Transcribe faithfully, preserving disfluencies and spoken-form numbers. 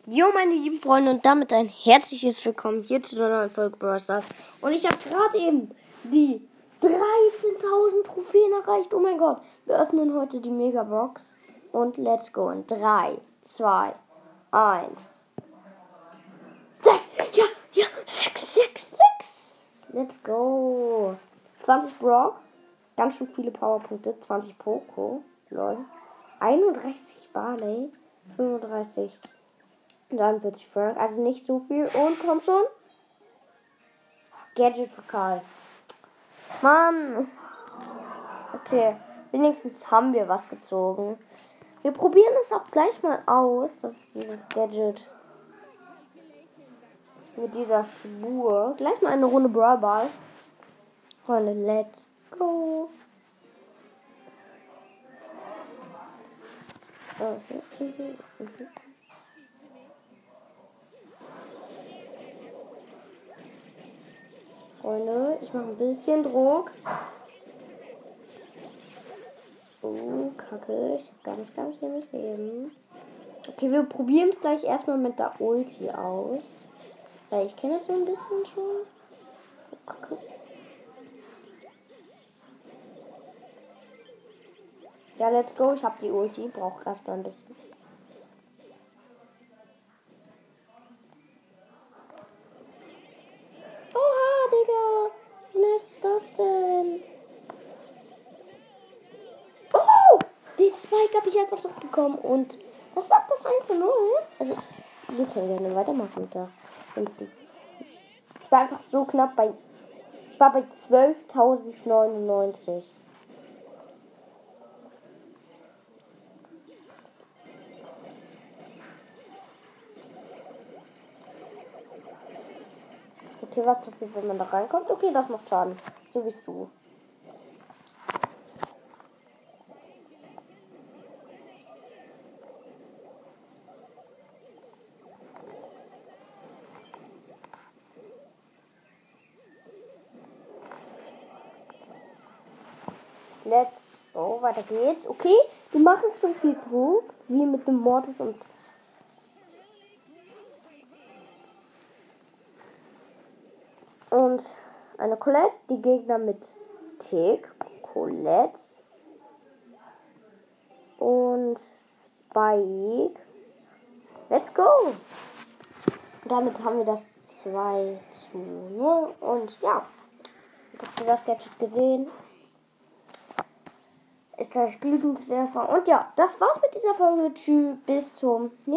Jo, meine lieben Freunde, und damit ein herzliches Willkommen hier zu einer neuen Folge Brawl Stars. Und ich habe gerade eben die dreizehntausend Trophäen erreicht. Oh mein Gott. Wir öffnen heute die Megabox. Und let's go. In drei, zwei, eins. sechs. Ja, ja. sechs, sechs, sechs. Let's go. zwanzig Brock. Ganz schön viele Powerpunkte. zwanzig Poco. Lol. einunddreißig Barley. fünfunddreißig. dreiundvierzig Frank, also nicht so viel. Und komm schon. Gadget für Karl. Mann. Okay, wenigstens haben wir was gezogen. Wir probieren es auch gleich mal aus, das ist dieses Gadget. Mit dieser Spur. Gleich mal eine Runde Brawl Ball. Freunde, let's go. Freunde, ich mache ein bisschen Druck. Oh, kacke. Ich habe ganz, ganz wenig Leben. Okay, wir probieren es gleich erstmal mit der Ulti aus. Weil ich kenne das so ein bisschen schon. Oh, kacke. Ja, let's go. Ich habe die Ulti. Brauche erstmal ein bisschen. Oha, Digga. Wie nice ist das denn? Oh! Den Spike habe ich einfach noch bekommen. Und was sagt das eins zu null? Also, wir können gerne weitermachen mit der Insti. Ich war einfach so knapp bei. Ich war bei zwölftausendneunundneunzig. Okay, was passiert, wenn man da reinkommt? Okay, das macht Schaden. So bist du. Let's go, weiter geht's. Okay, wir machen schon viel Druck. Wie mit dem Mortis und Und eine Colette, die Gegner mit Tick, Colette und Spike. Let's go! Und damit haben wir das zwei zu null. Und ja, habt ihr das Gadget gesehen? Ist das Glühbirnenwerfer. Und ja, das war's mit dieser Folge. Tschüss, bis zum nächsten Mal.